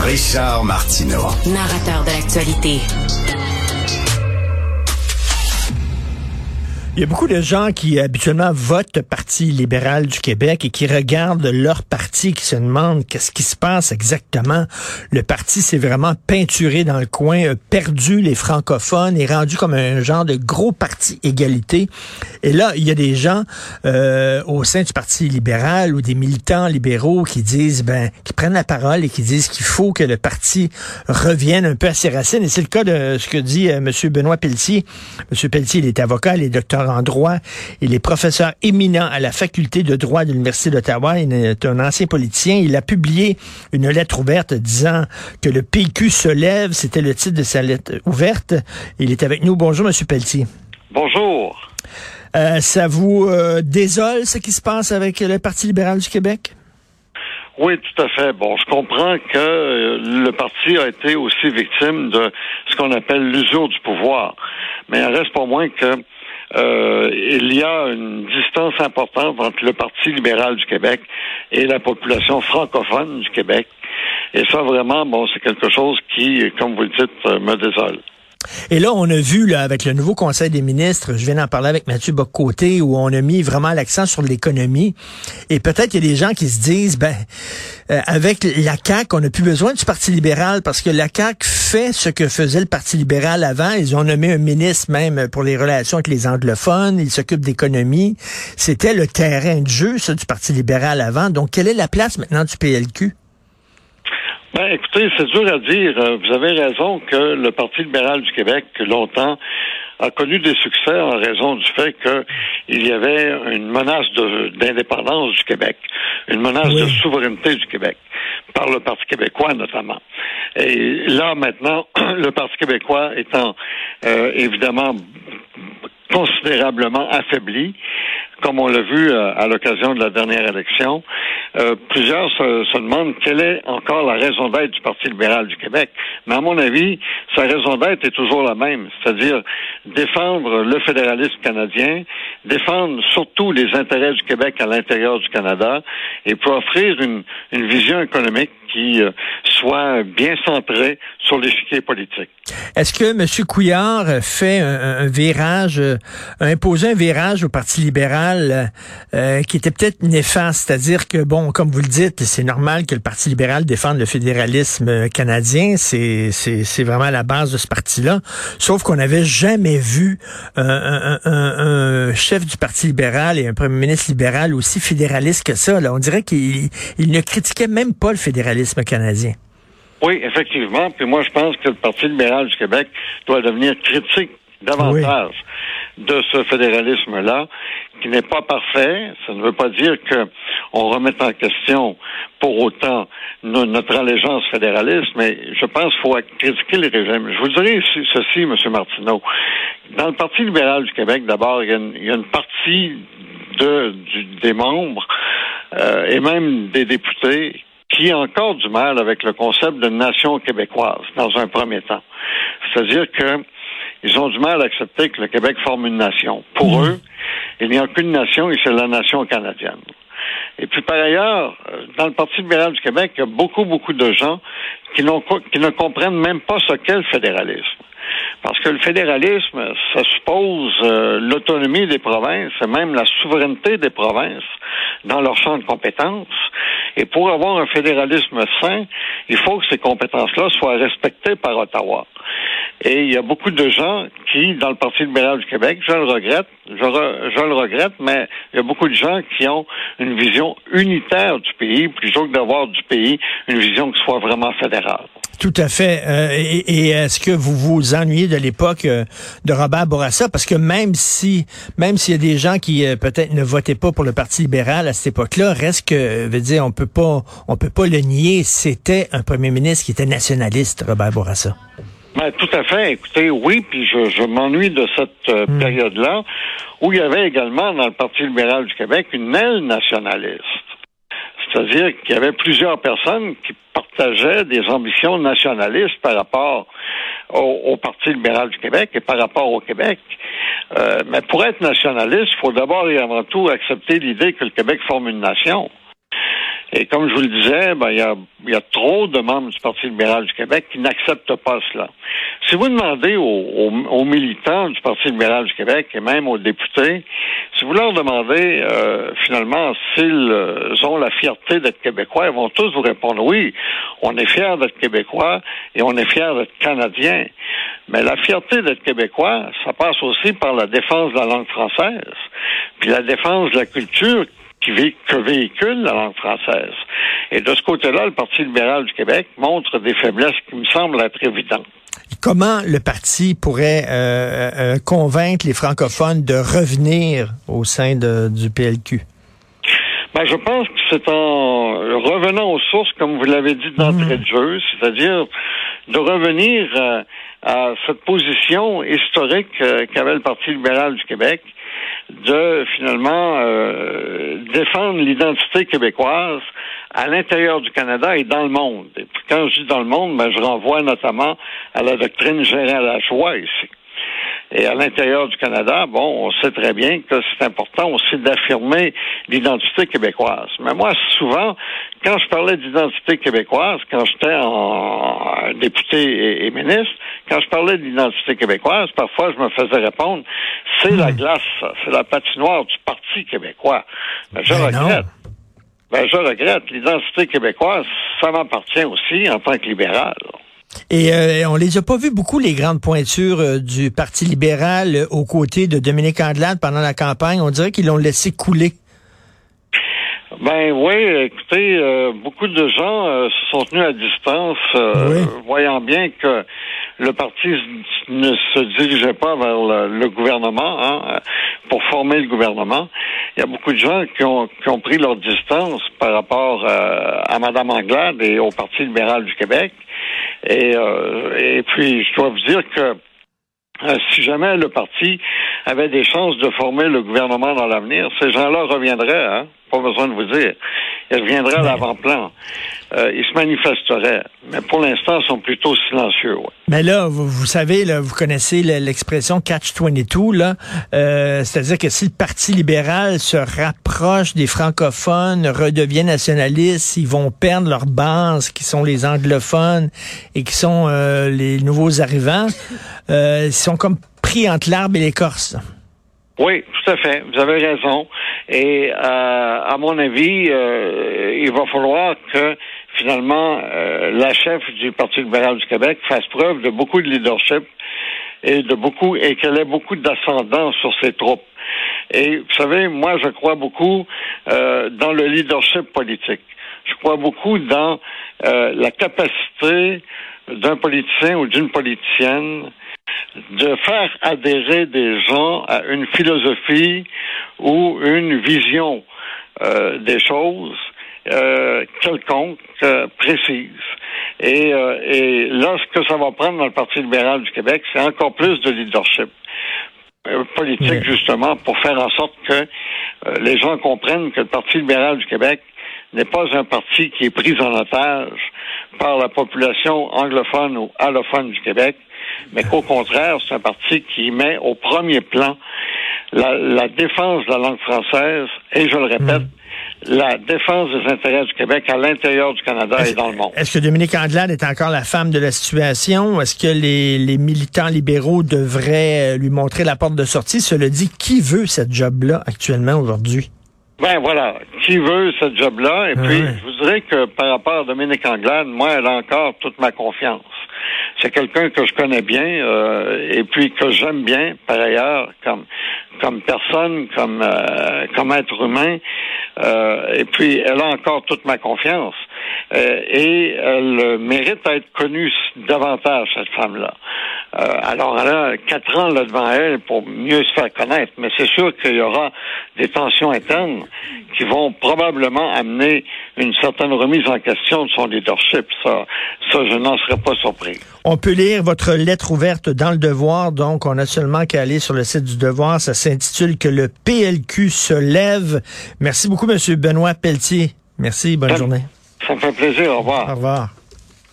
Richard Martineau. Narrateur de l'actualité. Il y a beaucoup de gens qui habituellement votent Parti libéral du Québec et qui regardent leur parti, qui se demandent qu'est-ce qui se passe exactement. Le parti s'est vraiment peinturé dans le coin, a perdu les francophones, est rendu comme un genre de gros parti égalité. Et là, il y a des gens au sein du Parti libéral ou des militants libéraux qui disent, qui prennent la parole et qui disent qu'il faut que le parti revienne un peu à ses racines. Et c'est le cas de ce que dit M. Benoît Pelletier. M. Pelletier, il est avocat, il est docteur en droit. Il est professeur éminent à la faculté de droit de l'Université d'Ottawa. Il est un ancien politicien. Il a publié une lettre ouverte disant que le PQ se lève. C'était le titre de sa lettre ouverte. Il est avec nous. Bonjour, M. Pelletier. Bonjour. Ça vous désole, ce qui se passe avec le Parti libéral du Québec? Oui, tout à fait. Bon, je comprends que le parti a été aussi victime de ce qu'on appelle l'usure du pouvoir. Mais il reste pas moins que il y a une distance importante entre le Parti libéral du Québec et la population francophone du Québec. Et ça, vraiment, c'est quelque chose qui, comme vous le dites, me désole. Et là, on a vu, là, avec le nouveau Conseil des ministres, je viens d'en parler avec Mathieu Bock-Côté, où on a mis vraiment l'accent sur l'économie. Et peut-être il y a des gens qui se disent, avec la CAQ, on n'a plus besoin du Parti libéral parce que la CAQ fait ce que faisait le Parti libéral avant. Ils ont nommé un ministre même pour les relations avec les anglophones. Il s'occupe d'économie. C'était le terrain de jeu, ça, du Parti libéral avant. Donc, quelle est la place maintenant du PLQ? Écoutez, c'est dur à dire. Vous avez raison que le Parti libéral du Québec, longtemps, a connu des succès en raison du fait qu'il y avait une menace d'indépendance du Québec, une menace de souveraineté du Québec, par le Parti québécois notamment. Et là, maintenant, le Parti québécois étant évidemment considérablement affaibli, comme on l'a vu à l'occasion de la dernière élection, plusieurs se demandent quelle est encore la raison d'être du Parti libéral du Québec. Mais à mon avis, sa raison d'être est toujours la même, c'est-à-dire défendre le fédéralisme canadien, défendre surtout les intérêts du Québec à l'intérieur du Canada, et pour offrir une vision économique qui soit bien centrée sur l'échiquier politique. Est-ce que M. Couillard fait un virage, a imposé un virage au Parti libéral qui était peut-être néfaste? C'est-à-dire que, comme vous le dites, c'est normal que le Parti libéral défende le fédéralisme canadien. C'est vraiment la base de ce parti-là. Sauf qu'on n'avait jamais vu un chef du Parti libéral et un premier ministre libéral aussi fédéraliste que ça. Là. On dirait qu'il ne critiquait même pas le fédéralisme canadien. Oui, effectivement. Puis moi, je pense que le Parti libéral du Québec doit devenir critique davantage de ce fédéralisme-là, qui n'est pas parfait. Ça ne veut pas dire qu'on remette en question pour autant notre allégeance fédéraliste, mais je pense qu'il faut critiquer les régimes. Je vous dirais ceci, M. Martineau. Dans le Parti libéral du Québec, d'abord, il y a une partie des membres et même des députés qui a encore du mal avec le concept de nation québécoise, dans un premier temps. C'est-à-dire qu'ils ont du mal à accepter que le Québec forme une nation. Pour eux, il n'y a qu'une nation et c'est la nation canadienne. Et puis, par ailleurs, dans le Parti libéral du Québec, il y a beaucoup de gens qui ne comprennent même pas ce qu'est le fédéralisme. Parce que le fédéralisme, ça suppose l'autonomie des provinces et même la souveraineté des provinces dans leur champ de compétences. Et pour avoir un fédéralisme sain, il faut que ces compétences-là soient respectées par Ottawa. Et il y a beaucoup de gens qui, dans le Parti libéral du Québec, je le regrette, mais il y a beaucoup de gens qui ont une vision unitaire du pays, plutôt que d'avoir du pays une vision qui soit vraiment fédérale. Tout à fait. Et est-ce que vous vous ennuyez de l'époque de Robert Bourassa? Parce que même s'il y a des gens qui peut-être ne votaient pas pour le Parti libéral à cette époque-là, reste que, veut dire, on peut pas le nier. C'était un premier ministre qui était nationaliste, Robert Bourassa. Tout à fait. Écoutez, oui, puis je m'ennuie de cette période-là, où il y avait également dans le Parti libéral du Québec une aile nationaliste. C'est-à-dire qu'il y avait plusieurs personnes qui partageaient des ambitions nationalistes par rapport au Parti libéral du Québec et par rapport au Québec. Mais pour être nationaliste, il faut d'abord et avant tout accepter l'idée que le Québec forme une nation. Et comme je vous le disais, il y a trop de membres du Parti libéral du Québec qui n'acceptent pas cela. Si vous demandez aux militants du Parti libéral du Québec et même aux députés, si vous leur demandez finalement s'ils ont la fierté d'être Québécois, ils vont tous vous répondre oui, on est fiers d'être Québécois et on est fiers d'être Canadiens. Mais la fierté d'être Québécois, ça passe aussi par la défense de la langue française, puis la défense de la culture que véhicule la langue française. Et de ce côté-là, le Parti libéral du Québec montre des faiblesses qui me semblent être évidentes. Comment le parti pourrait convaincre les francophones de revenir au sein du PLQ? Je pense que c'est en revenant aux sources, comme vous l'avez dit d'entrée de jeu, c'est-à-dire de revenir à cette position historique qu'avait le Parti libéral du Québec, de finalement défendre l'identité québécoise à l'intérieur du Canada et dans le monde. Et puis quand je dis dans le monde, je renvoie notamment à la doctrine générale à la joie ici. Et à l'intérieur du Canada, on sait très bien que c'est important aussi d'affirmer l'identité québécoise. Mais moi, souvent, quand je parlais d'identité québécoise, quand j'étais en député et ministre, quand je parlais de l'identité québécoise, parfois je me faisais répondre, c'est la glace, c'est la patinoire du Parti québécois. Je regrette. L'identité québécoise, ça m'appartient aussi en tant que libéral. Et on les a pas vus beaucoup, les grandes pointures du Parti libéral aux côtés de Dominique Anglade pendant la campagne. On dirait qu'ils l'ont laissé couler. Oui, écoutez, beaucoup de gens se sont tenus à distance, voyant bien que le parti ne se dirigeait pas vers le gouvernement, pour former le gouvernement. Il y a beaucoup de gens qui ont pris leur distance par rapport à Mme Anglade et au Parti libéral du Québec. Et puis, je dois vous dire que si jamais le parti avait des chances de former le gouvernement dans l'avenir, ces gens-là reviendraient, pas besoin de vous dire. Ils reviendraient à l'avant-plan. Ils se manifesteraient. Mais pour l'instant, ils sont plutôt silencieux. Ouais. Mais là, vous savez, là, vous connaissez l'expression catch-22, là. C'est-à-dire que si le Parti libéral se rapproche des francophones, redevient nationaliste, ils vont perdre leur base, qui sont les anglophones et qui sont les nouveaux arrivants. Ils sont comme pris entre l'arbre et l'écorce. Oui, tout à fait. Vous avez raison. Et à mon avis, il va falloir que finalement la chef du Parti libéral du Québec fasse preuve de beaucoup de leadership et qu'elle ait beaucoup d'ascendant sur ses troupes. Et vous savez, moi, je crois beaucoup dans le leadership politique. Je crois beaucoup dans la capacité d'un politicien ou d'une politicienne de faire adhérer des gens à une philosophie ou une vision des choses quelconque, précise. Et là, ce que ça va prendre dans le Parti libéral du Québec, c'est encore plus de leadership politique, justement, pour faire en sorte que les gens comprennent que le Parti libéral du Québec n'est pas un parti qui est pris en otage par la population anglophone ou allophone du Québec, mais qu'au contraire, c'est un parti qui met au premier plan la défense de la langue française et, je le répète, la défense des intérêts du Québec à l'intérieur du Canada et dans le monde. Est-ce que Dominique Anglade est encore la femme de la situation? Est-ce que les militants libéraux devraient lui montrer la porte de sortie? Cela dit, qui veut cette job-là actuellement aujourd'hui? Voilà, qui veut ce job-là? Et puis, je vous dirais que par rapport à Dominique Anglade, moi, elle a encore toute ma confiance. C'est quelqu'un que je connais bien et puis que j'aime bien, par ailleurs, comme personne, comme être humain. Et puis, elle a encore toute ma confiance. Et elle mérite d'être connue davantage, cette femme-là. Alors, elle a 4 ans là devant elle pour mieux se faire connaître. Mais c'est sûr qu'il y aura des tensions internes qui vont probablement amener une certaine remise en question de son leadership. Ça je n'en serais pas surpris. On peut lire votre lettre ouverte dans Le Devoir, donc on a seulement qu'à aller sur le site du Devoir. Ça s'intitule « Que le PLQ se lève ». Merci beaucoup, M. Benoît Pelletier. Merci, bonne journée. Ça me fait plaisir, au revoir. Au revoir.